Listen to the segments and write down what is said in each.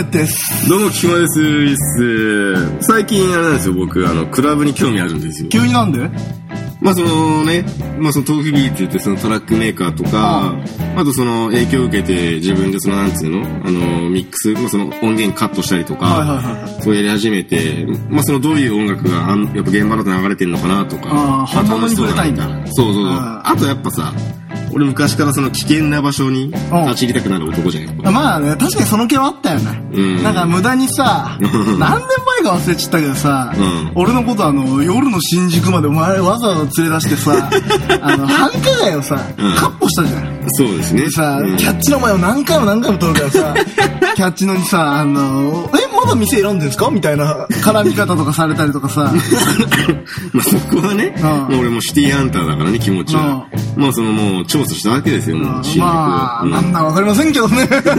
やってす。 どうも、菊間です。最近あれなんですよ、僕、クラブに興味あるんですよ。 急になんで？ まあそのね、まあその豆腐ビーって言ってそのトラックメーカーとか、あとその影響を受けて自分でそのなんつうの、ミックス、まあその音源カットしたりとか、そうやり始めて、まあそのどういう音楽がやっぱ現場だと流れてるのかなとか、 本物に触れたいんだ。 そう。あとやっぱさ、俺昔からその危険な場所に立ち入りたくなる男じゃないか。 まあね、確かにその気はあったよね。なんか無駄にさ、何年前か忘れちゃったけどさ、俺のこと夜の新宿までお前わざわざ連れ出してさ、繁華街をさ、カッポしたじゃん。 そうですね。 でさ、キャッチの前を何回も撮るからさ、キャッチのにさ、まだ店選んでんすかみたいな絡み方とかされたりとかさ。 まあそこはね、俺もシティハンターだからね、気持ちは。まあそのもう調査したわけですよ、もう新宿を。 まあ、なんだわかりませんけどね。だ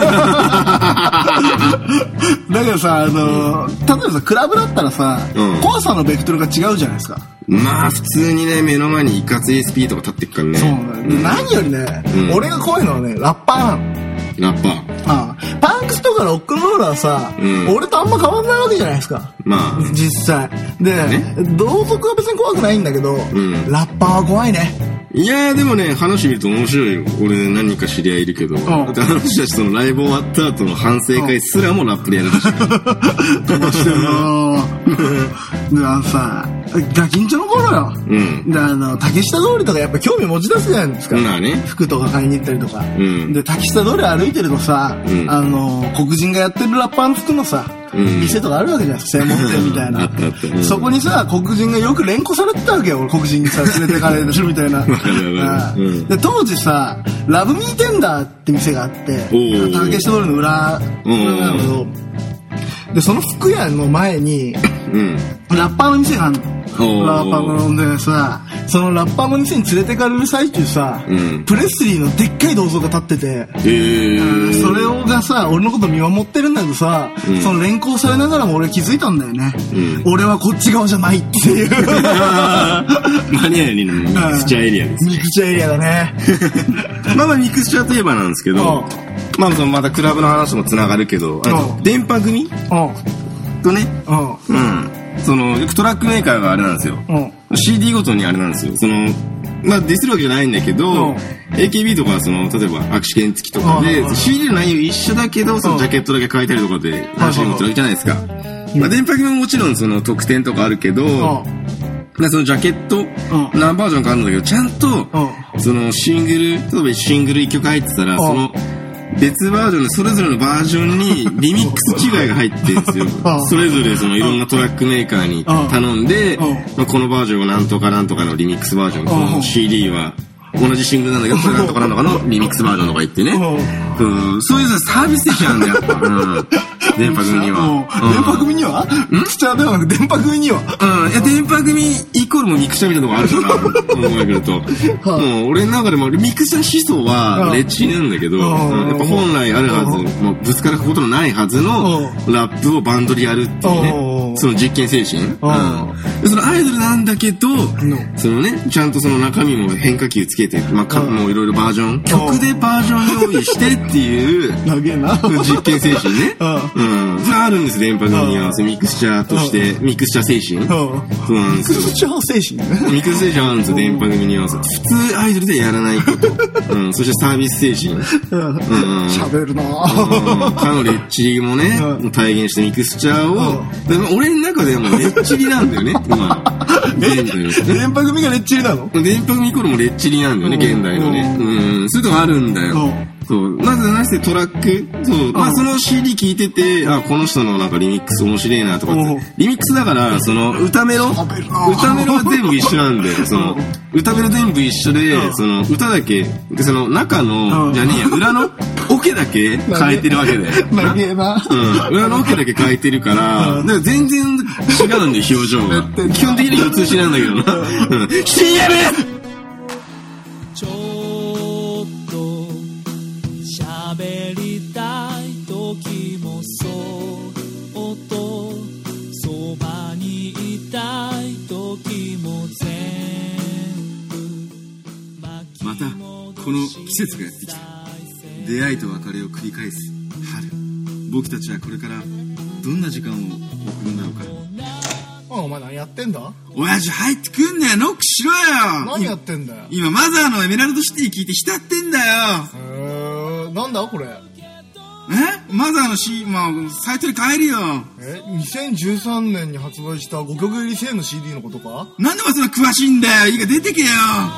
けどさ、例えばさ、クラブだったらさ、怖さのベクトルが違うじゃないですか。 まあ普通にね、目の前にいかつ SP とか立ってっからね。 そうだね。何よりね、俺が怖いのはね、ラッパーなの。 ラッパー。 パンクスとかロックンローラーはさ、俺とあんま変わんないわけじゃないですか。 まあ。 実際。で、同族は別に怖くないんだけど、ラッパーは怖いね。 いやーでもね、話見ると面白いよ。俺何人か知り合いいるけど、あの人たちそのライブ終わった後の反省会すらもラップでやるらしい。 飛ばしてるなぁ。で、さ、ガキンチョの頃よ。で、竹下通りとかやっぱ興味持ち出すじゃないですか。 まあね。 服とか買いに行ったりとか。で、竹下通り歩いてるとさ、黒人がやってるラッパーの服のさ、店とかあるわけじゃないですか、専門店みたいな。そこにさ、黒人がよく連行されてたわけよ、俺黒人にさ、連れてかれるみたいな。で、当時さ、ラブミーテンダーって店があって、竹下通りの裏なんだけど、で、その服屋の前に、ラッパーの店があるの。ラッパーのでさ、そのラッパーの店に連れてかれる最中さ、プレスリーのでっかい銅像が立ってて、それがさ、俺のこと見守ってるんだけどさ、その連行されながらも俺気づいたんだよね。俺はこっち側じゃないっていう。 マニアにのミクスチャーエリアです。 ミクスチャーエリアだね。 まあミクスチャーといえばなんですけど、まあそのまたクラブの話もつながるけど、電波組とね、そのトラックメーカーがあれなんですよ。CD ごとにあれなんですよ。そのまあディスるわけじゃないんだけど、AKB とかはその例えば握手券付きとかで CD の内容一緒だけどそのジャケットだけ変えたりとかで話に持ってるわけじゃないですか。まあ電波組ももちろんその特典とかあるけど、そのジャケット何バージョンかあるんだけどちゃんとそのシングル、例えばシングル1曲入ってたらその別バージョンのそれぞれのバージョンにリミックス違いが入ってるんですよ。それぞれそのいろんなトラックメーカーに頼んで、まあ、このバージョンはなんとかなんとかのリミックスバージョン、この CD は同じシングルなんだけどこれなんとかなんとかのリミックスバージョンとか言ってね、そういうサービス精神なんだよやっぱ。電波組には。 電波組にはミクスチャーではなく電波組には。 いや、電波組イコールもミクスチャーみたいなとこあるから、思いくると。もう俺の中でもミクスチャー思想はレッチリなんだけど、やっぱ本来あるはず、もうぶつかることのないはずのラップをバンドでやるっていうね、その実験精神。そのアイドルなんだけど、そのね、ちゃんとその中身も変化球つけて、まあ、もういろいろバージョン、曲でバージョン用意してっていう、実験精神ね。それあるんです、電波組には。ミクスチャーとして、ミクスチャー精神。そうなんですよ。 ミクスチャー精神ミクスチャー精神あるんですよ、電波組には。普通アイドルでやらないこと。そしてサービス精神。 喋るなぁ。かのレッチリもね、体現したミクスチャーを、俺の中ではもうレッチリなんだよね、今。 電波組がレッチリなの？ 電波組イコールもレッチリなんだよね、現代のね。そういうとこあるんだよ。そう。まずなしてトラック、そう。まあその CD 聞いてて、あ、この人のなんかリミックス面白いなとかって。リミックスだから、その歌メロは全部一緒なんで、その、歌メロ全部一緒で、その歌だけ、その中の、じゃねえや、裏のオケだけ変えてるわけで。裏のオケだけ変えてるから、全然違うんだよ、表情が。基本的に四つ節なんだけどな。CM！ 喋りたい時もそっとそばにいたい時も全部またこの季節がやってきた。出会いと別れを繰り返す春。 僕たちはこれからどんな時間を送るんだろうか。 お前何やってんだ？ 親父入ってくんなよ、ノックしろよ。 何やってんだよ。 今マザーのエメラルドシティ聞いて浸ってんだよ。 なんだこれ。 マザーのサイトに変えるよ。 2013年に発売した5曲入り1000の CD のことか？ なんでお前そんな詳しいんだよ。いいか出てけよ。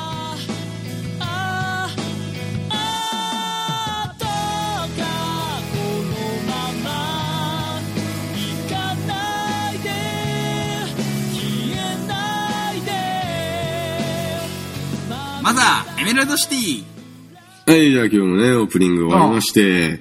マザーエメラルドシティ。はい、じゃあ今日もね、オープニング終わりまして、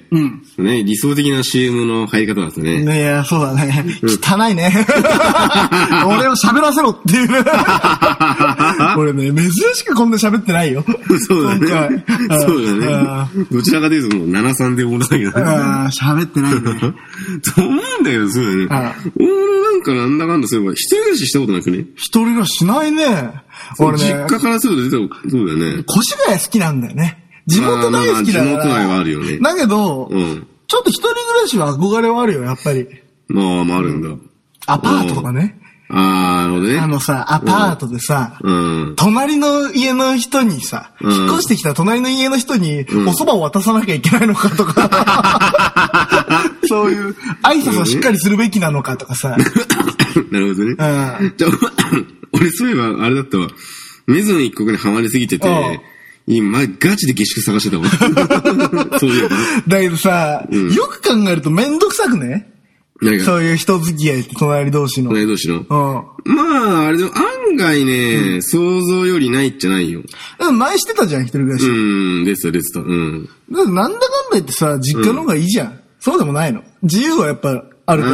ね、理想的な CM の入り方だったね。 いや、そうだね。汚いね。俺を喋らせろっていうね。俺ね、珍しくこんな喋ってないよ。 そうだね。そうだね。どちらかというともう7-3で終わるだけだね。 喋ってないね。 と思うんだけど、そうだね。俺なんかなんだかんだそういえば、一人暮らししたことなくね？ 一人暮らししないね。 俺ね。実家からすると出たこと、そうだよね。 越谷好きなんだよね。地元大好きだから。 地元愛はあるよね。 だけど、ちょっと一人暮らしは憧れはあるよ、やっぱり。 まああるんだ。 アパートとかね。 なるほどね。 アパートでさ、隣の家の人にさ、引っ越してきた隣の家の人にお蕎麦を渡さなきゃいけないのかとか、そういう挨拶をしっかりするべきなのかとかさ。 なるほどね。じゃあ、俺そういえばあれだったわ。メゾン一国にハマりすぎてて、今、ガチで下宿探してたわ。そういえば。だけどさ、よく考えるとめんどくさくね？そういう人付き合いって隣同士の。 隣同士の。まあ、あれでも案外ね、想像よりないっちゃないよ。 前してたじゃん、一人暮らし。 出てた。 なんだかんだ言ってさ、実家の方がいいじゃん。そうでもないの？自由はやっぱあるから。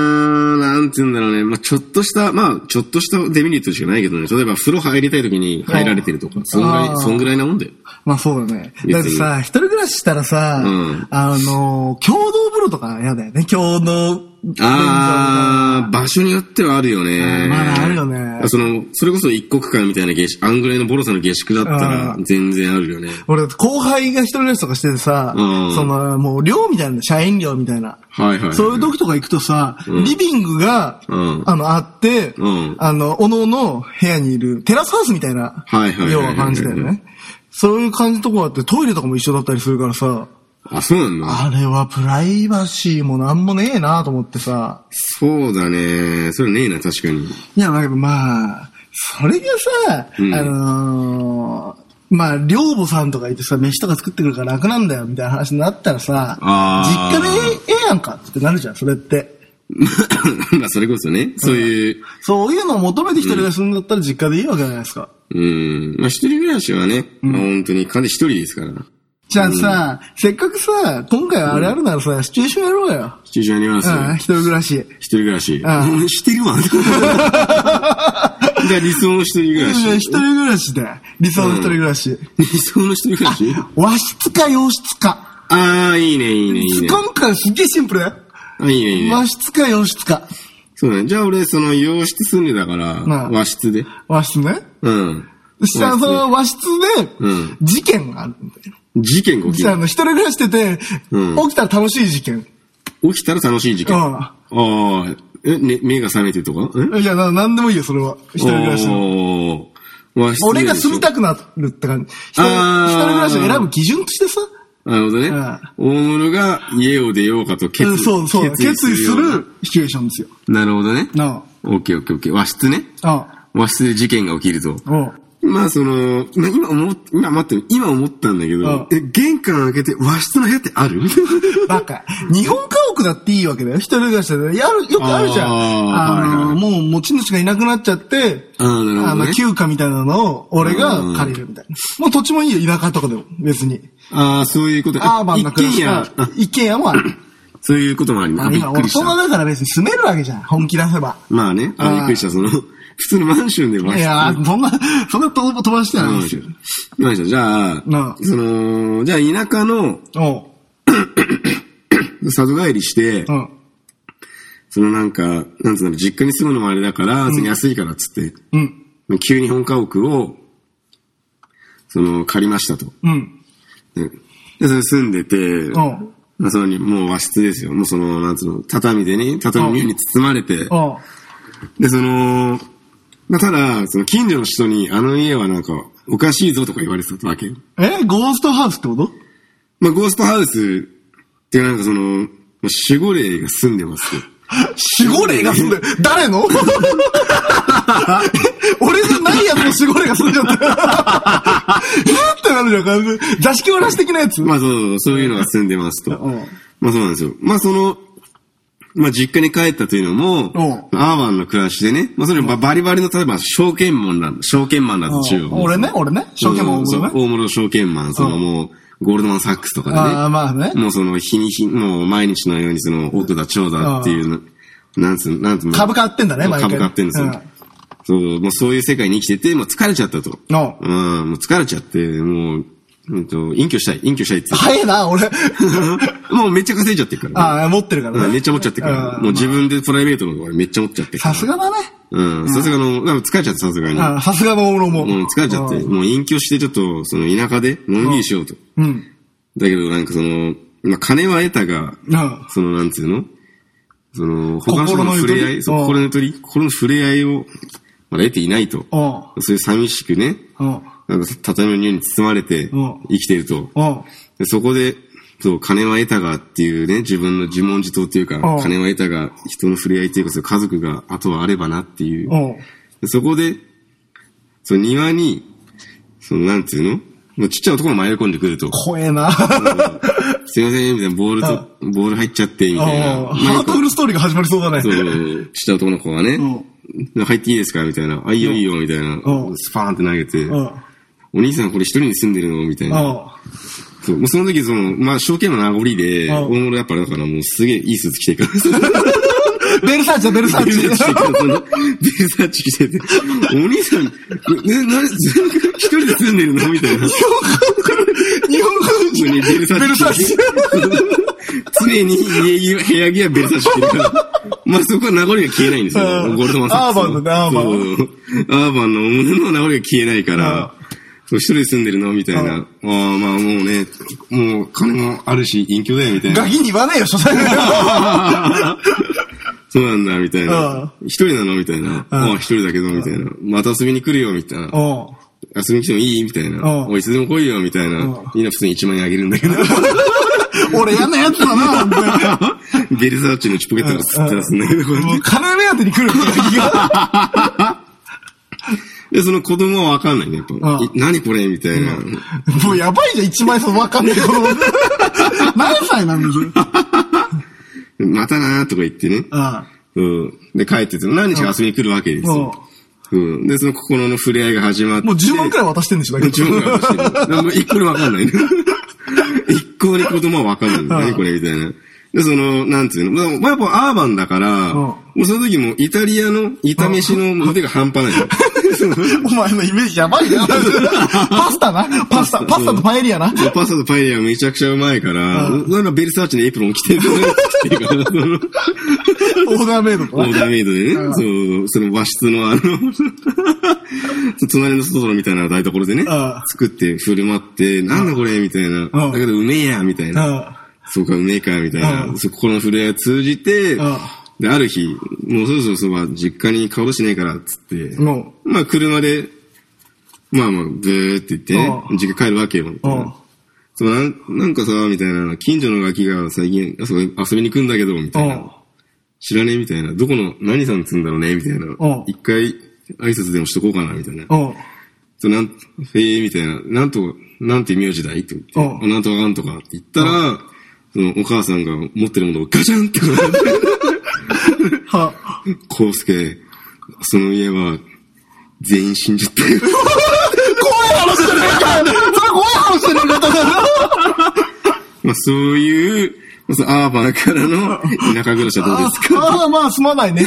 なんて言うんだろうね。ちょっとしたデメリットしかないけどね。例えば風呂入りたい時に入られてるとか、そんぐらいなもんだよ。 まあそうだね。だってさ、一人暮らししたらさ、共同風呂とか嫌だよね。共同場所によってはあるよね。 まだあるよね。 それこそ一国間みたいなあんぐらいのボロさの下宿だったら全然あるよね。 俺、後輩が一人暮らしとかしててさ、もう寮みたいな、社員寮みたいな。そういう時とか行くとさ、リビングが、あって、おのおの部屋にいるテラスハウスみたいな、ような感じだよね。そういう感じのとこあって、トイレとかも一緒だったりするからさ、 そうなんだ。 あれはプライバシーもなんもねえなと思ってさ。 そうだね。それねえな、確かに。 いや、だけどそれがさ、寮母さんとかいてさ、飯とか作ってくるから楽なんだよ、みたいな話になったらさ、実家でええやんかってなるじゃん、それって。 それこそね、そういうのを求めて一人暮らしするんだったら実家でいいわけじゃないですか。 一人暮らしはね、本当に完全一人ですから。 じゃあさ、せっかくさ、今回はあれあるならさ、シチュエーションやろうよ。 シチュエーションやります。 一人暮らし。 一人暮らし。してるわ。じゃあ理想の一人暮らし。 一人暮らしだよ。理想の一人暮らし。 理想の一人暮らし？ 和室か洋室か。 いいね。 今回すっげえシンプルだよ。 いいね。 和室か洋室か。 そうね。じゃあ俺洋室住んでたから、和室で。 和室ね。そしたらその和室で、事件があるんだよ。 事件が起きる。 一人暮らしてて、起きたら楽しい事件。 起きたら楽しい事件。目が覚めてとか？ いや、なんでもいいよ、それは。一人暮らしの。俺が住みたくなるって感じ。一人暮らしを選ぶ基準としてさ。 なるほどね。大物が家を出ようかと決意する。 決意するシチュエーションですよ。 なるほどね。オッケー。和室ね。和室で事件が起きると。今思ったんだけど、玄関開けて和室の部屋ってある？ バカ。日本家屋だっていいわけだよ。一人暮らしで。よくあるじゃん。もう持ち主がいなくなっちゃって、休暇みたいなのを俺が借りるみたいな。もう土地もいいよ、田舎とかでも、別に。 そういうこと。 アーバンな暮らしが一軒家もある。 そういうこともあります。 今、大人だから別に住めるわけじゃん。本気出せば。 まあね。びっくりした、普通のマンションで和室。 いやそんな飛ばしてないんですよ。 じゃあ、じゃあ田舎の、里帰りして、なんつうの、実家に住むのもあれだから、安いからっつって、旧日本家屋を、借りましたと。で、それ住んでて、 そのもう和室ですよ。もうその、なんつうの、畳でね、畳の上に包まれて、で、その、まあ、ただ、その近所の人に、あの家はなんか、おかしいぞとか言われてたわけよ。 ゴーストハウスってこと？ まあ、ゴーストハウスってなんかその、守護霊が住んでますよ。 守護霊が住んでる？誰の？俺じゃないやつの守護霊が住んじゃったよ。ってなるじゃん、完全に。座敷わらし的なやつ？ まあそういうのが住んでますと。まあそうなんですよ。まあその、まあ実家に帰ったというのも、アーバンの暮らしでね、まあそれバリバリの、例えば証券マンだと中国。 俺ね、証券マン大物証券マン、そのもう、ゴールドマンサックスとかでね。 まあね。 もうそのもう毎日のようにその奥だ長だっていうの、なんつうの。 株買ってんだね、毎回。 株買ってんですよ。もうそういう世界に生きてて、もう疲れちゃったと。もう疲れちゃって、もう、隠居したいって。 早いな、俺。 もうめっちゃ稼いじゃってるから。 持ってるからね。 めっちゃ持っちゃってるから。もう自分でプライベートのめっちゃ持っちゃってる。 さすがだね。 さすがの、疲れちゃってさすがに。 さすがの俺も。 疲れちゃって、もう隠居してちょっと、その田舎でのんびりしようと。だけどなんかその、まあ、金は得たが、そのなんつうのその、他の人の触れ合い、心の触れ合いを、まだ得ていないと。そういう寂しくね、なんか畳の匂いに包まれて生きていると。でそこで、そう、金は得たがっていうね、自分の自問自答っていうか、金は得たが人の触れ合いっていうか、そう家族があとはあればなっていう。でそこで、その庭に、そのなんていうのもうちっちゃい男が迷い込んでくると。 怖えな。 すいません、みたいな、ボール入っちゃって、みたいな。 ハートフルストーリーが始まりそうだね。 そう、ちっちゃい男の子がね、入っていいですかみたいな。いいよいいよ、みたいな。スパーンって投げて、お兄さんこれ一人に住んでるのみたいな。そう、もうその時まあ、証券の名残で、大物やっぱだからもうすげえいいスーツ着てるから。 ベルサーチ。 ベルサーチ着てて、お兄さん、一人で住んでるのみたいな。 日本人にベルサーチ。常に部屋着はベルサーチ着てるから。まあそこは名残が消えないんですよ。ゴールドマンサックス。 アーバンだね、アーバン。 アーバンのものの名残が消えないから、一人で住んでるのみたいな。まあもうね、もう金もあるし、隠居だよ、みたいな。 ガキに言わねえよ、所詮。 そうなんだ、みたいな。一人なのみたいな。一人だけど、みたいな。また遊びに来るよ、みたいな。遊びに来てもいいみたいな。いつでも来いよ、みたいな。みんな普通に1万円あげるんだけど。 俺嫌なやつだな、 ベルサーチのチポケットが吸って出すんだけど、 もう金目当てに来るガキが。 で、その子供はわかんないね、やっぱ。何これみたいな。 もうやばいじゃん、1万円わかんない子供。何歳なんですよ。 またなーとか言ってね。で、帰ってて、何日か遊びに来るわけですよ。で、その心の触れ合いが始まって。 もう10万くらい渡してんでしょ、だけど。 10万くらい渡してる。一個にわかんないね。一向に子供はわかんないんだね、これ、みたいな。で、その、なんていうの、まあ、やっぱアーバンだから、もうその時もイタリアの炒飯の腕が半端ない。 お前のイメージやばいな。パスタとパエリアな。 パスタとパエリアめちゃくちゃうまいから、なんかベルサーチのエプロン着てるから、オーダーメイドとオーダーメイドでね、そう、その和室の隣の外みたいな台所でね、作って振る舞って、なんだこれみたいな。だけどうめえや、みたいな。そうか、うめえか、みたいな。心の触れ合いを通じて、で、ある日、もうそろそろ実家に顔出しねえから、つって、まあ車で、まあブーって言って、実家帰るわけよ。なんかさ、みたいな、近所のガキが最近遊びに来んだけど、みたいな。知らねえみたいな。どこの、何さんつんだろうねみたいな。一回挨拶でもしとこうかなみたいな。みたいな。なんて名字だいって言って。なんとかなんとかって言ったら、そのお母さんが持ってるものをガチャンって言われて。コウスケ、その家は全員死んじゃったよ。怖い話してるよ。それ怖い話してるよ。 まあそういう、アーバンからの田舎暮らしはどうですか？ まあ、すまないね。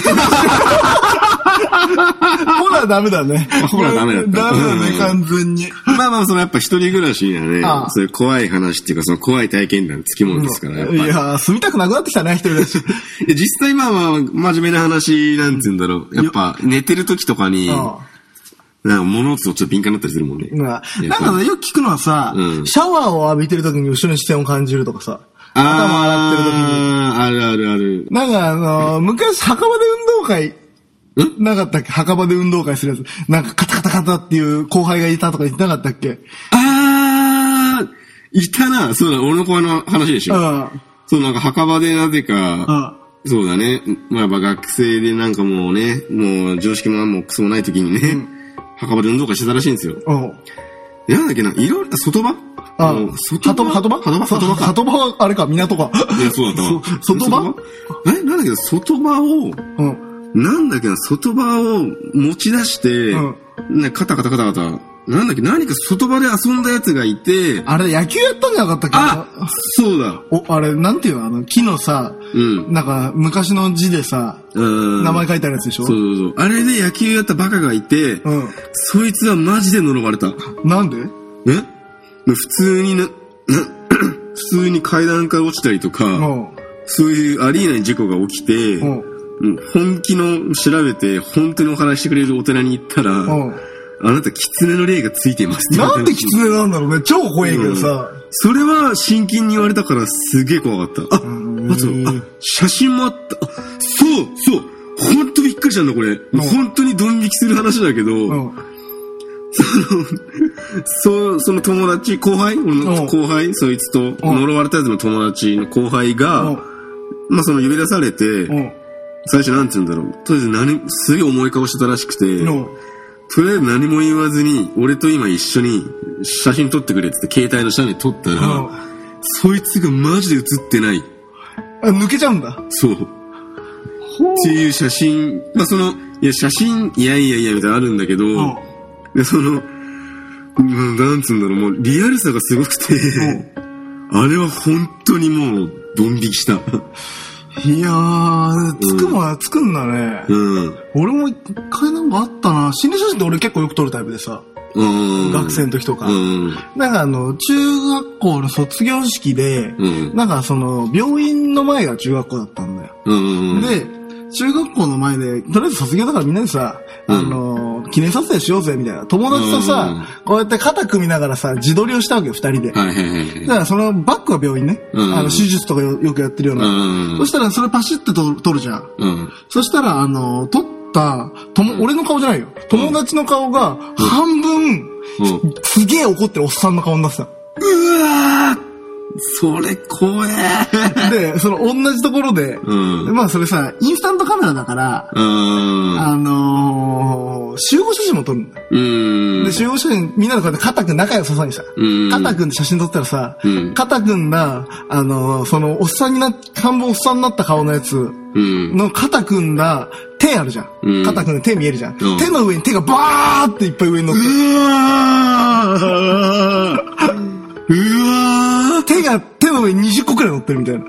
ほら、ダメだね。 ほら、ダメだった。 ダメだね、完全に。 まあ、そのやっぱ一人暮らしがね、そういう怖い話っていうか、その怖い体験談つきものですから、 いや、住みたくなくなってきたね、一人暮らし。 実際まあ、真面目な話、なんて言うんだろう。やっぱ、寝てる時とかに、なんか物とちょっと敏感になったりするもんね。 なんかよく聞くのはさ、シャワーを浴びてる時に後ろに視線を感じるとかさ、 頭洗ってる時に。 あるあるある。 なんか昔墓場で運動会、なかったっけ？墓場で運動会するやつ。なんかカタカタカタっていう後輩がいたとか言ってなかったっけ？ いたな。そうだ、俺の後輩の話でしょ。そう、なんか墓場でなぜか、そうだね。まあやっぱ学生でなんかもうね、もう常識もなんもクソもない時にね、墓場で運動会してたらしいんですよ。なんだっけな、いろいろ外場？ 鳩場はあれか、港か。 いや、そうだったわ。 外場？ なんだっけな、外場を、なんだっけな、外場を持ち出して、カタカタカタカタ、なんだっけ、何か外場で遊んだやつがいて、 あれ野球やったんじゃなかったっけ？ そうだ。 あれ、なんていうの木のさ、なんか昔の字でさ、名前書いてあるやつでしょ？ そう。あれで野球やったバカがいて、そいつはマジで呪われた。 なんで？ 普通に階段から落ちたりとか、そういうありえない事故が起きて、本気の調べて本当にお話してくれるお寺に行ったら、あなた狐の霊がついていますって言われた。 なんで狐なんだろうね。超怖いけどさ。 それは真剣に言われたからすげえ怖かった。あと、写真もあった。そう。ほんとびっくりしたんだこれ。本当にドン引きする話だけど、その友達、後輩、そいつと、呪われたやつの友達の後輩が、まあその呼び出されて、最初なんて言うんだろう。とりあえずすげえ重い顔してたらしくて、とりあえず何も言わずに、俺と今一緒に写真撮ってくれって言って携帯の下に撮ったら、そいつがマジで写ってない。 抜けちゃうんだ。 そう。っていう写真、まあ写真、いやみたいなのあるんだけど、で、なんつうんだろう、もうリアルさがすごくて、あれは本当にもう、ドン引きした。 いやー、つくんだね。俺も一回なんかあったな。心霊写真って俺結構よく撮るタイプでさ。学生の時とか。なんか中学校の卒業式で、なんか病院の前が中学校だったんだよ。で、中学校の前で、とりあえず卒業だからみんなでさ、記念撮影しようぜ、みたいな。友達とさ、こうやって肩組みながらさ、自撮りをしたわけよ、二人で。だからそのバックは病院ね。手術とかよくやってるような。そしたらそれパシッて撮るじゃん。そしたら、撮った、俺の顔じゃないよ。友達の顔が、半分、すげえ怒ってるおっさんの顔になってた。 うわーそれ怖え。 で、同じところで、まあそれさ、インスタントカメラだから、集合写真も撮るんだよ。で、集合写真、みんなでこうやって肩くん仲良さそうにさ、肩くんで写真撮ったらさ、肩くんが、おっさんに半分おっさんになった顔のやつの肩くんが、手あるじゃん。肩くんで手見えるじゃん。手の上に手がバーっていっぱい上に乗って手の上に20個くらい乗ってるみたいな。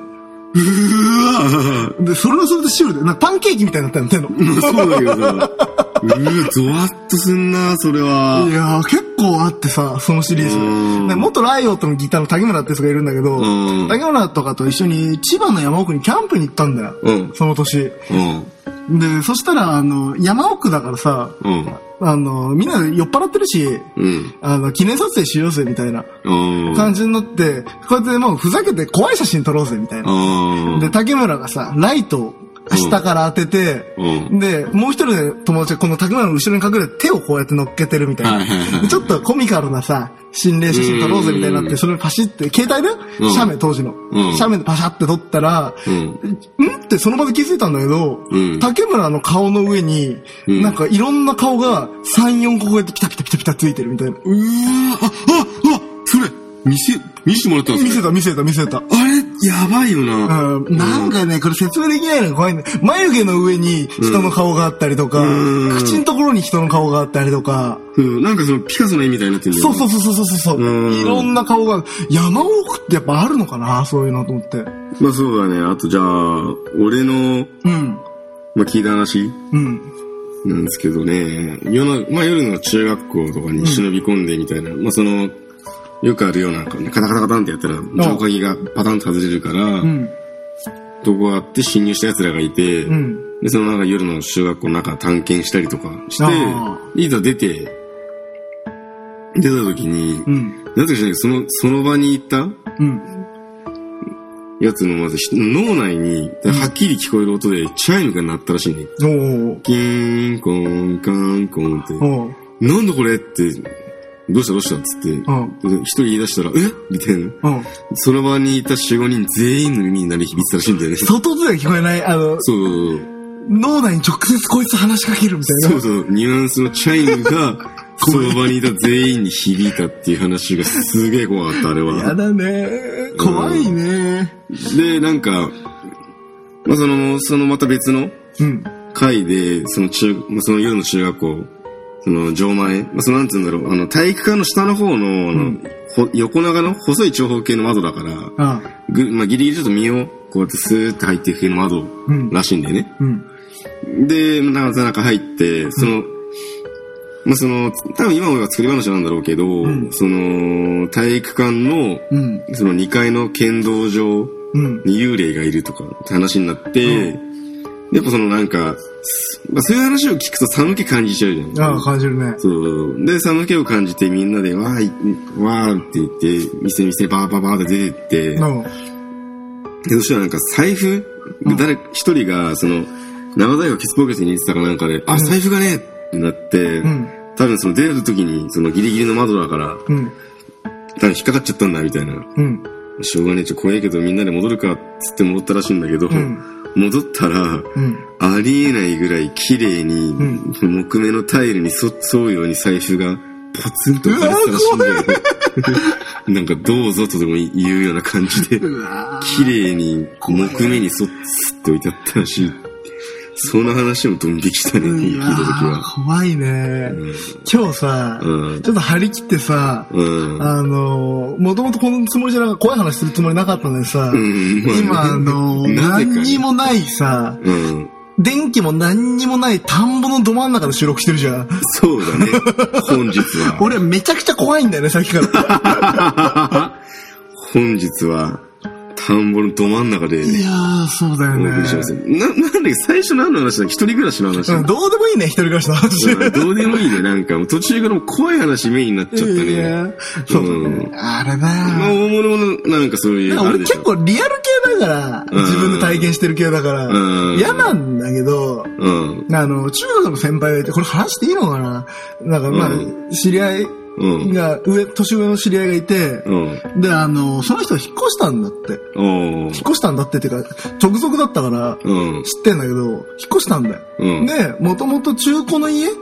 で、それはそれでシュールで、なんかパンケーキみたいになったの、手の。 そうだけどさ。ゾワッとすんな、それは。 いやー、結構あってさ、そのシリーズ。元ライオットのギターの竹村ってやつがいるんだけど、竹村とかと一緒に千葉の山奥にキャンプに行ったんだよ。その年。で、そしたら、山奥だからさ、みんな酔っ払ってるし、記念撮影しようぜ、みたいな感じになって、こうやってもうふざけて怖い写真撮ろうぜ、みたいな。で、竹村がさ、ライトを下から当てて、で、もう一人で友達がこの竹村の後ろに隠れて手をこうやって乗っけてるみたいな。ちょっとコミカルなさ、心霊写真撮ろうぜみたいになって、それパシって、携帯で写メ当時の。写メでパシャって撮ったら、ってその場で気づいたんだけど、竹村の顔の上に、なんかいろんな顔が3、4個こうやってピタピタピタピタついてるみたいな。 それ、見せてもらったんですか？ 見せた。 あれ、やばいよな。 なんかね、これ説明できないのが怖いんだ。眉毛の上に人の顔があったりとか、口のところに人の顔があったりとか。 なんかピカソの絵みたいになってるんだよ。 そう。いろんな顔が、山奥ってやっぱあるのかな、そういうのと思って。 まあそうだね。あとじゃあ、俺の、まあ聞いた話。なんですけどね、夜の中学校とかに忍び込んでみたいな、まあよくあるような、カタカタカタンってやったら、錠鍵がパタンと外れるから、とこがあって侵入した奴らがいて、で、なんか夜の中学校の中探検したりとかして、いざ出た時に、なぜか知らないけど、その場に行った、 やつのまず脳内にはっきり聞こえる音でチャイムが鳴ったらしいね。キーンコンカンコンって。なんだこれって、どうしたっつって、一人言い出したら、みたいな。その場にいた 4,5 人全員の耳に鳴り響いてたらしいんだよね。 外では聞こえない、そう。脳内に直接こいつ話しかけるみたいな。 そう、ニュアンスのチャイムが、その場にいた全員に響いたっていう話がすげえ怖かった、あれは。 やだね。怖いね。 で、なんか、まあ、そのまた別の回で、その夜の中学校、その錠前、まあ、なんて言うんだろう、体育館の下の方の、横長の細い長方形の窓だから、まあ、ギリギリちょっと身をこうやってスーッと入っていく系の窓らしいんだよね。で、なかなか入って、まあ、多分今は作り話なんだろうけど、体育館の、その2階の剣道場に幽霊がいるとかって話になって、やっぱなんか、まあ、そういう話を聞くと寒気感じちゃうじゃん。 ああ、感じるね。 そう。で、寒気を感じてみんなで、わーって言って、店バーって出てって、で、そしたらなんか財布、一人が、長財布をケツポケツに入れてたかなんかで、財布がねってなって、多分出る時に、ギリギリの窓だから、多分引っかかっちゃったんだ、みたいな。しょうがねえ、怖いけどみんなで戻るか、つって戻ったらしいんだけど、戻ったら、ありえないぐらい綺麗に、木目のタイルに沿うように財布がポツンと置かれてたらしいんだよ。なんかどうぞとでも言うような感じで、綺麗に木目に沿って置いてあったらしい。その話もドン引きしたね、聞いた時は。 怖いね。今日さ、ちょっと張り切ってさ、もともとこのつもりじゃなく怖い話するつもりなかったのにさ、今何にもないさ、電気も何にもない田んぼのど真ん中で収録してるじゃん。 そうだね。本日は。 俺めちゃくちゃ怖いんだよね、さっきから。 本日は、田んぼのど真ん中で。 いやー、そうだよね。 なんだっけ、最初何の話だっけ、一人暮らしの話。 どうでもいいね、一人暮らしの話。 どうでもいいね、なんか、途中から怖い話メインになっちゃったね。 そうだね。あれだまあ、大物の、なんかそういう。 俺結構リアル系だから、自分で体験してる系だから、嫌なんだけど、中学の先輩がいて、これ話していいのかな、なんかまあ、知り合い、年上の知り合いがいて、で、その人が引っ越したんだって。引っ越したんだってっていうか、直属だったから、知ってんだけど、引っ越したんだよ。で、もともと中古の家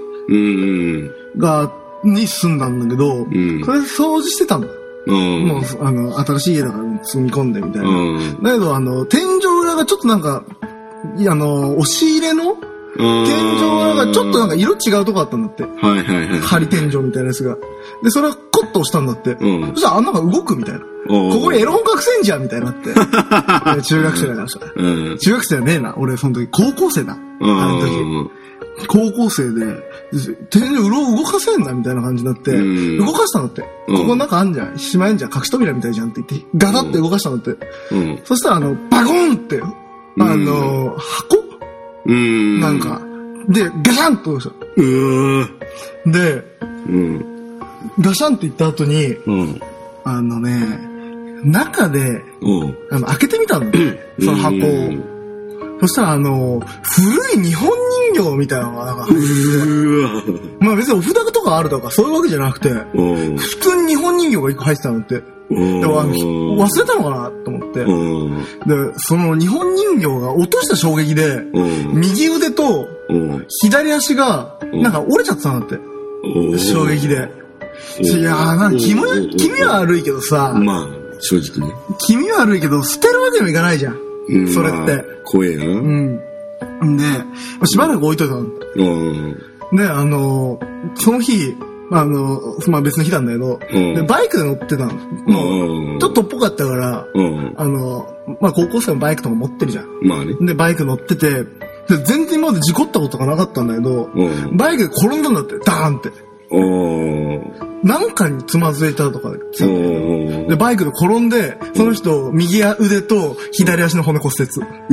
に住んだんだけど、それ掃除してたんだよ。もう、新しい家だから住み込んでみたいな。だけど、天井裏がちょっとなんか、押し入れの天井裏がちょっとなんか色違うとこあったんだって。針天井みたいなやつが。で、それはコッと押したんだって。そしたらあんなが動くみたいな。ここにエロ本隠せんじゃんみたいになって。中学生だからさ。中学生はねえな。俺その時高校生だ。あの時。高校生で、天井裏を動かせんなみたいな感じになって、動かしたんだって。ここなんかあんじゃん。しまえんじゃん。隠し扉みたいじゃんって言って、ガタって動かしたんだって。そしたらバコンって、箱なんか、で、ガシャンとした。で、ガシャンって言った後に、中で、開けてみたんだよ。その箱を。そしたら古い日本人形みたいなのがなんか入ってて、まあ別にお札とかあるとかそういうわけじゃなくて、普通に日本人形が一個入ってたのって。忘れたのかなと思って。で、その日本人形が落とした衝撃で、右腕と左足がなんか折れちゃってたんだって。衝撃で。いやー、なんか気味は悪いけどさ。 まあ、正直ね。 気味は悪いけど、捨てるわけにもいかないじゃん。それって。 怖えな。 で、しばらく置いといたの。で、その日、まあ別の日なんだけど、でバイクで乗ってたの。もう、ちょっとっぽかったから、まあ高校生もバイクとか持ってるじゃん。 まあね。 で、バイク乗ってて、全然今まで事故ったことがなかったんだけど、バイクで転んだんだって、ダーンって。なんかにつまずいたとかで。で、バイクで転んで、その人、右腕と左足の骨骨折。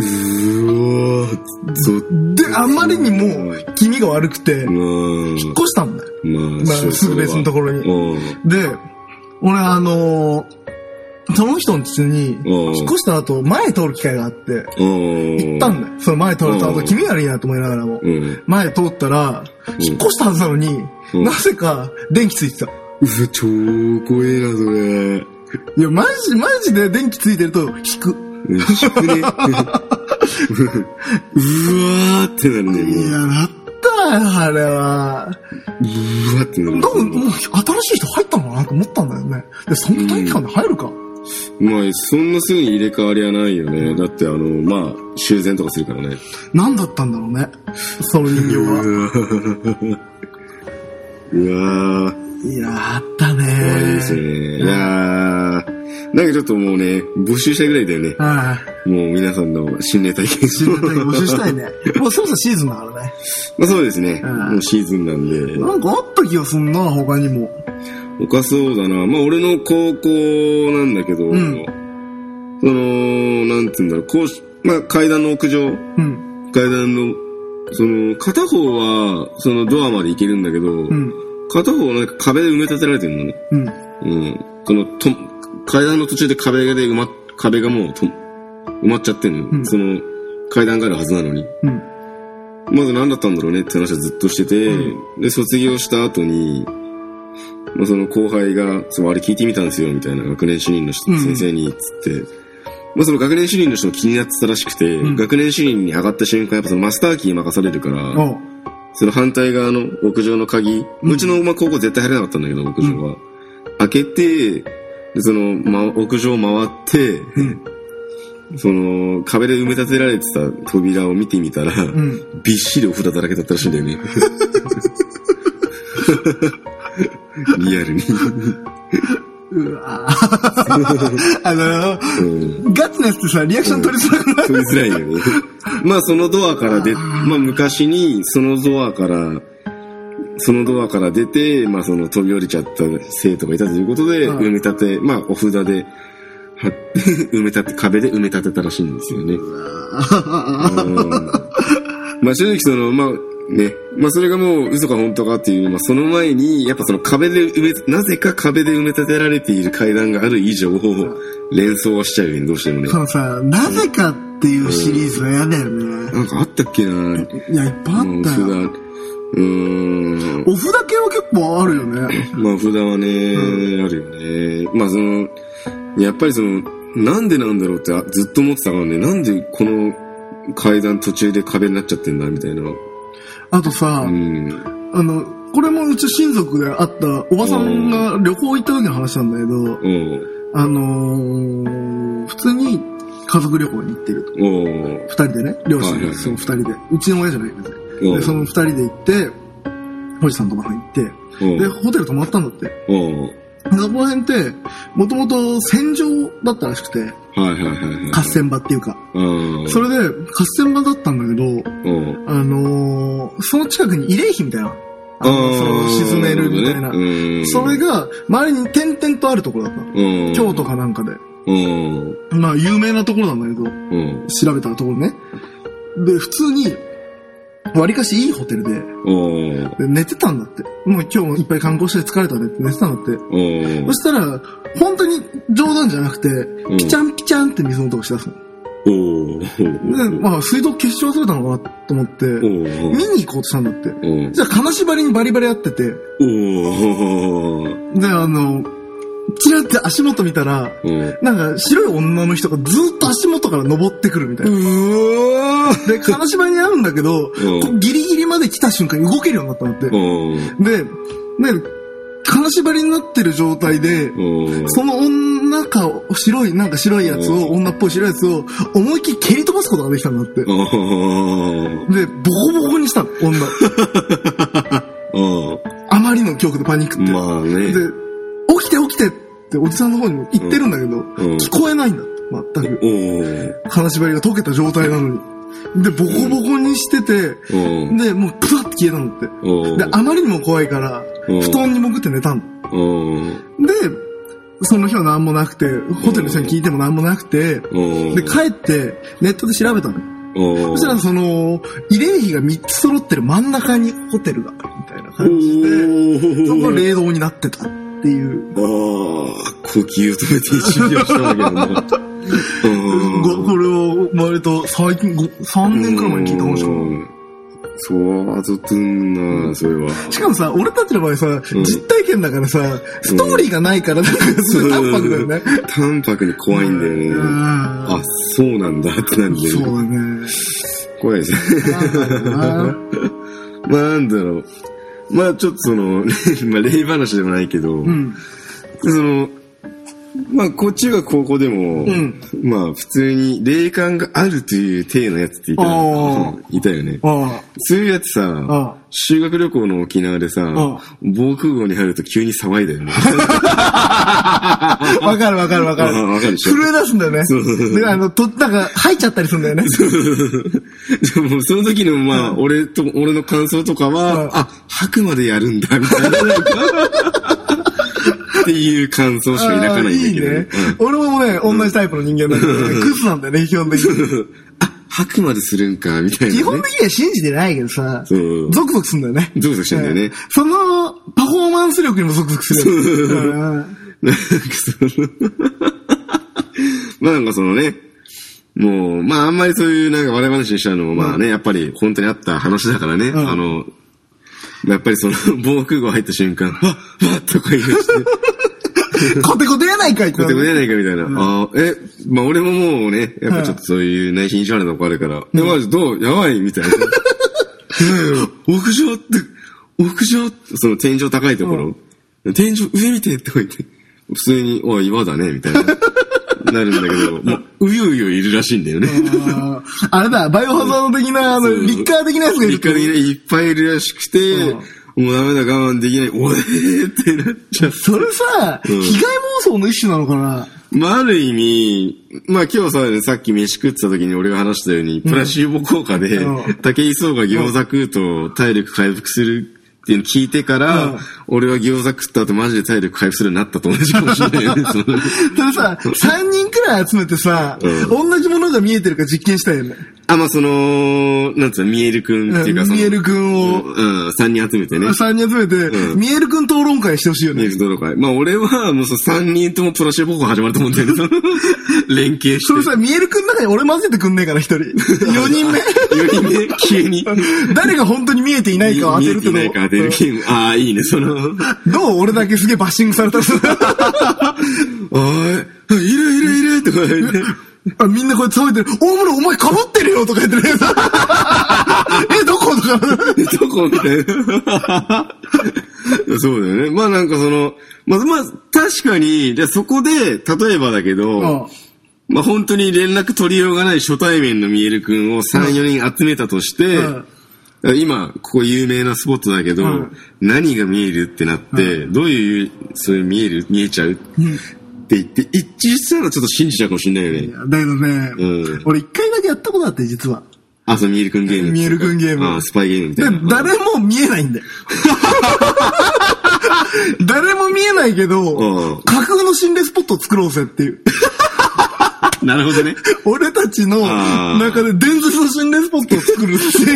で、あまりにも気味が悪くて、引っ越したんだよ。まあ、すぐ別のところに。で、俺その人の家に、引っ越した後、前通る機会があって、行ったんだよ。その前通った後、気味悪いなと思いながらも。前通ったら、引っ越したはずなのに、なぜか電気ついてた。 超怖えな、それ。 いや、マジで電気ついてると引く。 引くね。うわーってなるね。 いや、なったよ、あれは。 うわーってなる。 もう、新しい人入ったのかなと思ったんだよね。で、その短期間で入るか。 まあ、そんなすぐに入れ替わりはないよね。だって、まあ、修繕とかするからね。 何だったんだろうね。その人形は。 うわー。 いやー、あったねー。 怖いですね。いやー、なんかちょっともうね、募集したいぐらいだよね。もう皆さんの心霊体験。 心霊体験募集したいね。もうそろそろシーズンだからね。 まあそうですね。もうシーズンなんで。 なんかあった気がすんな、他にも。 他そうだな。まあ俺の高校なんだけど、なんて言うんだろう、まあ階段の屋上。階段の、片方は、ドアまで行けるんだけど、片方はなんか壁で埋め立てられてるのね。階段の途中で壁がもう埋まっちゃってんの。階段があるはずなのに。まず何だったんだろうねって話はずっとしてて、で、卒業した後に、まあ、その後輩が、あれ聞いてみたんですよ、みたいな学年主任の先生に、つって、まあ、その学年主任の人も気になってたらしくて、学年主任に上がった瞬間、やっぱそのマスターキー任されるから、その反対側の屋上の鍵、うちの高校絶対入れなかったんだけど、屋上は。開けて、で屋上回って、壁で埋め立てられてた扉を見てみたら、びっしりお札だらけだったらしいんだよね。リアルに。 うわガチなやつってさ、リアクション取りづらくない？ 取りづらいよね。まあそのドアからまあ昔にそのドアから出て、まあ飛び降りちゃった生徒がいたということで、埋め立て、まあお札で貼って、壁で埋め立てたらしいんですよね。まあ正直まあね、まあそれがもう嘘か本当かっていう、まあその前に、やっぱなぜか壁で埋め立てられている階段がある以上、連想はしちゃうよね、どうしてもね。 そのさ、なぜかっていうシリーズは嫌だよね。 なんかあったっけな。 いや、いっぱいあったよ。お札系は結構あるよね。 まあ、お札はね、あるよね。まあ、やっぱりなんでなんだろうってずっと思ってたからね、なんでこの階段途中で壁になっちゃってんだみたいな。 あとさ、これもうち親族であったおばさんが旅行行った時の話なんだけど、普通に家族旅行に行ってると。二人でね、両親で、その二人で。うちの親じゃないけどね。で、その二人で行って、おじさんとおばさん行って、で、ホテル泊まったんだって。そこら辺って、もともと戦場だったらしくて、合戦場っていうか。それで、合戦場だったんだけど、その近くに慰霊碑みたいな。沈めるみたいな。それが、周りに点々とあるところだった。京都かなんかで。まあ、有名なところなんだけど、調べたところね。で、普通に、割かしいいホテルで、寝てたんだって。もう今日もいっぱい観光して疲れたねって寝てたんだって。そしたら、本当に冗談じゃなくて、ピチャンピチャンって水の音がしだすの。で、まあ、水道消し忘れたのかなと思って、見に行こうとしたんだって。じゃあ、金縛りにバリバリやってて、で、チラって足元見たら、なんか白い女の人がずっと足元から登ってくるみたいな。で、金縛りに合うんだけど、ギリギリまで来た瞬間に動けるようになったんだって。で、金縛りになってる状態で、その女か、白いやつを、女っぽい白いやつを、思いっきり蹴り飛ばすことができたんだって。で、ボコボコにしたの、女。あまりの恐怖とパニックって。 まあね。 で、起きてっておじさんの方にも言ってるんだけど、聞こえないんだって、全く。金縛りが解けた状態なのに。で、ボコボコにしてて、で、もうプワッて消えたんだって。で、あまりにも怖いから、布団に潜って寝たの。で、その日は何もなくて、ホテルの人に聞いても何もなくて、で、帰ってネットで調べたの。そしたら慰霊碑が3つ揃ってる真ん中にホテルが、みたいな感じで、そこが霊堂になってたっていう。 怖呼吸を止めて一秒したわけだね。 これを割と最近、3年くらい前に聞いた話かな。 そう、あざとんな、それは。 しかもさ、俺たちの場合さ、実体験だからさ、ストーリーがないから、なんかすごい淡白だよね。 淡白に怖いんだよね。あ、そうなんだってなんだよね。 そうだね。 怖いですね。なんだろう。まあちょっとその、まあ例話でもないけど、その、まあこっちが高校でも、まあ普通に霊感があるという体のやつっていたよね。そういうやつさ、修学旅行の沖縄でさ、防空壕に入ると急に騒いだよね。 わかるわかるわかる。 わかるでしょ。 震え出すんだよね。で、なんか吐いちゃったりするんだよね。 でもその時のまあ、俺の感想とかは、あ、吐くまでやるんだ、みたいな。っていう感想しか抱かないんだけど。いいね。 俺もね、同じタイプの人間だけどね、クズなんだよね、基本的に。 あ、吐くまでするんか、みたいな。 基本的には信じてないけどさ、ゾクゾクするんだよね。 ゾクゾクしてんだよね。 その、パフォーマンス力にもゾクゾクする。 なんかまあなんかそのね、もう、まああんまりそういうなんか笑い話にしたのもまあね、やっぱり本当にあった話だからね、やっぱりその、防空壕入った瞬間、わっとか言い出して。コテコテやないかいって。 コテコテやないかみたいな。まあ俺ももうね、やっぱちょっとそういう内心異常なとこあるから、マジどうやばいみたいな。屋上って、その天井高いところ、天井上見てって言って、普通に、おい、岩だね、みたいな。なるんだけど、もう、うようよいるらしいんだよね。 あれだ、バイオハザード的な、リッカー的なやつがいる。 リッカー的ないっぱいいるらしくて、もうダメだ、我慢できない、おえーってなっちゃう。 それさ、被害妄想の一種なのかな？ まあ、ある意味、まあ今日さっき飯食ってた時に俺が話したように、プラシーボ効果で、武井壮が餃子食うと体力回復するっていうの聞いてから、俺は餃子食った後マジで体力回復するようになったと同じかもしれないよね。それさ、3人くらい集めてさ、同じものが見えてるか実験したいよね。 あ、まあ、その、なんつうの、ミエルくんっていうか、 ミエルくんを、 3人集めてね。 3人集めて、ミエルくん討論会してほしいよね。 ミエルくん討論会。まあ、俺は、もう3人ともプラシーボ効果始まると思うんだよね。連携して。 それさ、ミエルくんの中に俺混ぜてくんねえから、1人。4人目。 4人目急に。 誰が本当に見えていないかを当てるけど。 見えていないか当てるゲーム。ああ、いいね、その。 どう俺だけすげえバッシングされた。 おい、いるとか言って。 みんなこうやって騒いでる。大室お前被ってるよとか言ってね。どことか。 どこみたいな。そうだよね。まあなんかその、まあ確かに、じゃあそこで、例えばだけど、まあ本当に連絡取りようがない初対面のミエル君を3、4人集めたとして、今、ここ有名なスポットだけど、何が見えるってなって、どういう、そういう見えちゃうって言って、一致したらちょっと信じちゃうかもしれないよね。 だけどね、俺一回だけやったことあって、実は。 あ、そう、ミエル君ゲーム。 ミエル君ゲーム。 あ、スパイゲームみたいな。 誰も見えないんだよ。誰も見えないけど、架空の心霊スポットを作ろうぜっていう。 なるほどね。 俺たちの中で伝説の心霊スポットを作るっていう。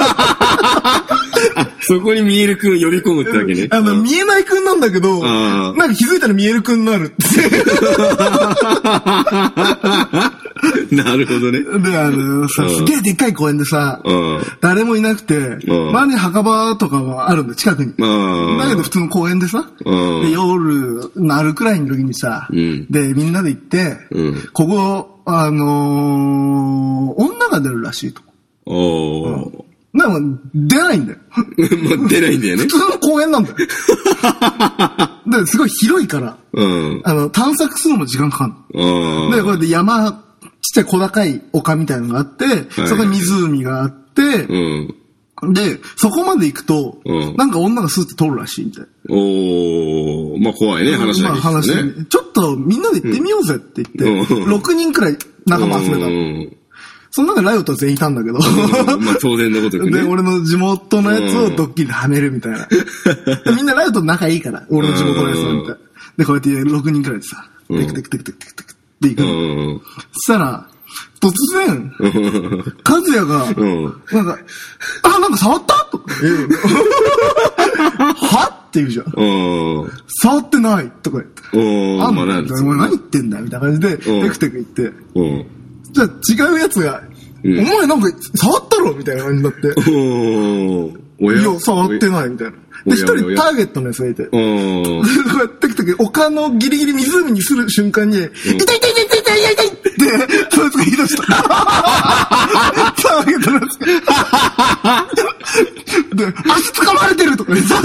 そこにミエル君呼び込むってわけね。 見えない君なんだけど、なんか気づいたらミエル君になるって。 なるほどね。 で、すげえでっかい公園でさ、誰もいなくて、周りに墓場とかはあるんだ、近くに。だけど普通の公園でさ、で夜なるくらいの時にさ、で、みんなで行って、ここ、女が出るらしいと。なんか出ないんだよ。 出ないんだよね。 普通の公園なんだよ。ですごい広いから、探索するのも時間かかる。で、これで山、ちっちゃい小高い丘みたいなのがあって、そこに湖があって、で、そこまで行くと、なんか女がスーッと通るらしいみたいな。 まあ怖いね、話だけどね。 ちょっとみんなで行ってみようぜって言って、6人くらい仲間集めた。その中でライオットは全員いたんだけど。 まあ当然のことね。 で、俺の地元のやつをドッキリではめるみたいな。みんなライオット仲いいから、俺の地元のやつはみたいな。で、こうやって6人くらいでさ、テクテクテクテクテクテクって行くの。そしたら、突然、和也が、なんか触ったとかはって言うじゃん。触ってないとか言って。あんま何言ってんだみたいな感じで、テクテク言って。じゃあ違うやつが、お前なんか触ったろみたいな感じになって。いや、触ってないみたいな。で、一人ターゲットのやつがいて。こうやってテクテク、丘のギリギリ湖にする瞬間に、痛い痛い痛い痛い痛い痛い痛いって、そいつが言い出した。ターゲットのやつが。で、足掴まれてるとか言って。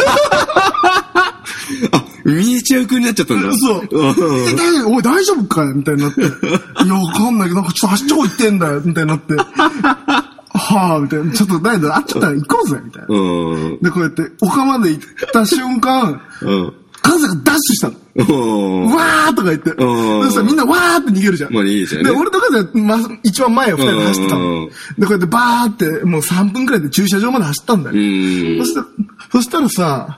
あ、見えちゃう風になっちゃったんだ。 そう。おい、大丈夫かよみたいになって。いや、わかんないけど、なんかちょっと足超行ってんだよみたいになって。はぁ、みたいな。ちょっと、だけど、あっちゃったら行こうぜみたいな。で、こうやって、丘まで行った瞬間、カズがダッシュしたの。わーとか言って。そしたらみんなわーって逃げるじゃん。 まあいいじゃんね。 で、俺とカズが一番前を二人で走ってたの。で、こうやってバーって、もう3分くらいで駐車場まで走ったんだよ。そしたらさ、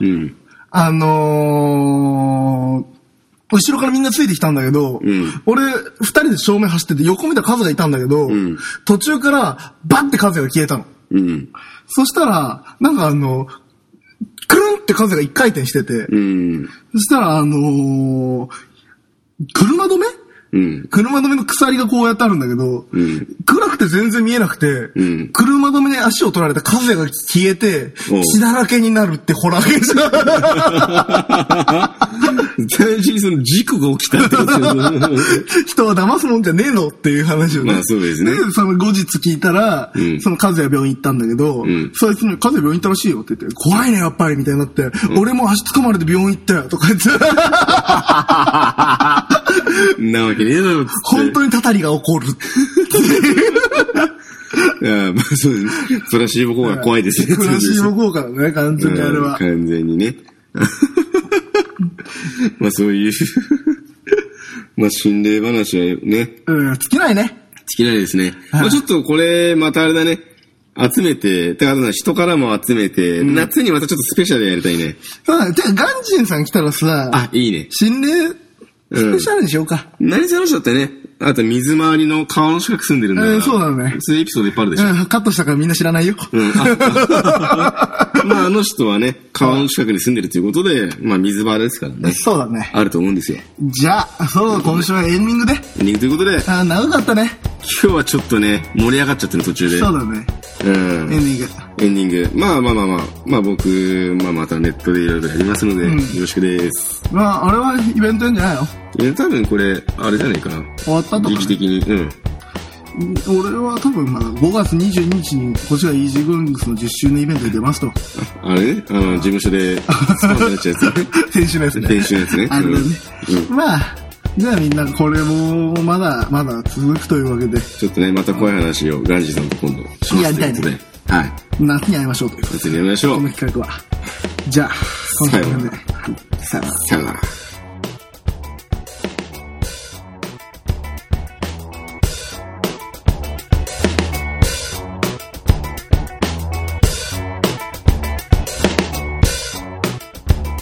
後ろからみんなついてきたんだけど、俺、二人で正面走ってて横見たカズがいたんだけど、途中からバッてカズが消えたの。そしたら、なんかくるんってカズが一回転してて、そしたら車止め車止めの鎖がこうやってあるんだけど、暗くて全然見えなくて、車止めに足を取られた風が消えて、血だらけになるってホラーゲーじゃん。 大事にその事故が起きたってこと人は騙すもんじゃねえのっていう話をね。 まあそうですね。 で、その後日聞いたら、その和也病院行ったんだけど、そいつに和也病院行ったらしいよって言って、怖いねやっぱりみたいになって、俺も足掴まれて病院行ったよとか言って。 なわけねえだろっつって。 本当にたたりが起こる。 いや、まあそうですね。プラシーボ効果怖いですね。 プラシーボ効果だね、完全にあれは。 完全にね。まあそういう、まあ心霊話はね。 尽きないね。 尽きないですね。まあちょっとこれ、またあれだね。集めて、てか人からも集めて、夏にまたちょっとスペシャルやりたいね。 そうだね。てかガンジンさん来たらさ、 あ、いいね。 心霊、スペシャルにしようか。 何せ話だったね。あと水回りの川の近く住んでるんだから。 そうだね。 そういうエピソードいっぱいあるでしょ。 カットしたからみんな知らないよ。 まあ人はね、川の近くに住んでるということで、まあ水場ですからね。 そうだね。 あると思うんですよ。 じゃあ、今週はエンディングで。 エンディングということで。 長かったね。 今日はちょっとね、盛り上がっちゃってる途中で。 そうだね。エンディング。 エンディング。まあ僕、またネットでいろいろやりますので、よろしくです。 まあ、あれはイベントやんじゃないの？ 多分これ、あれじゃないかな。 終わったとか、ね。 時期的に。 俺は多分5月22日にこっちがイージーゴーイングスの10周年イベントに出ますと。 あれね、事務所でスパンとなっちゃうやつね。 先週のやつね。 先週のやつね。 あれだね。まあ、じゃあみんなこれもまだ続くというわけで。 ちょっとね、また怖い話をガンジーさんと今度します。 やりたいね。 はい。 夏に会いましょうということで。 夏に会いましょう。 この企画は。じゃあ、 さよなら。 さよなら。 さよなら。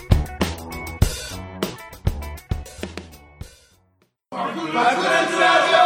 爆裂ラジオ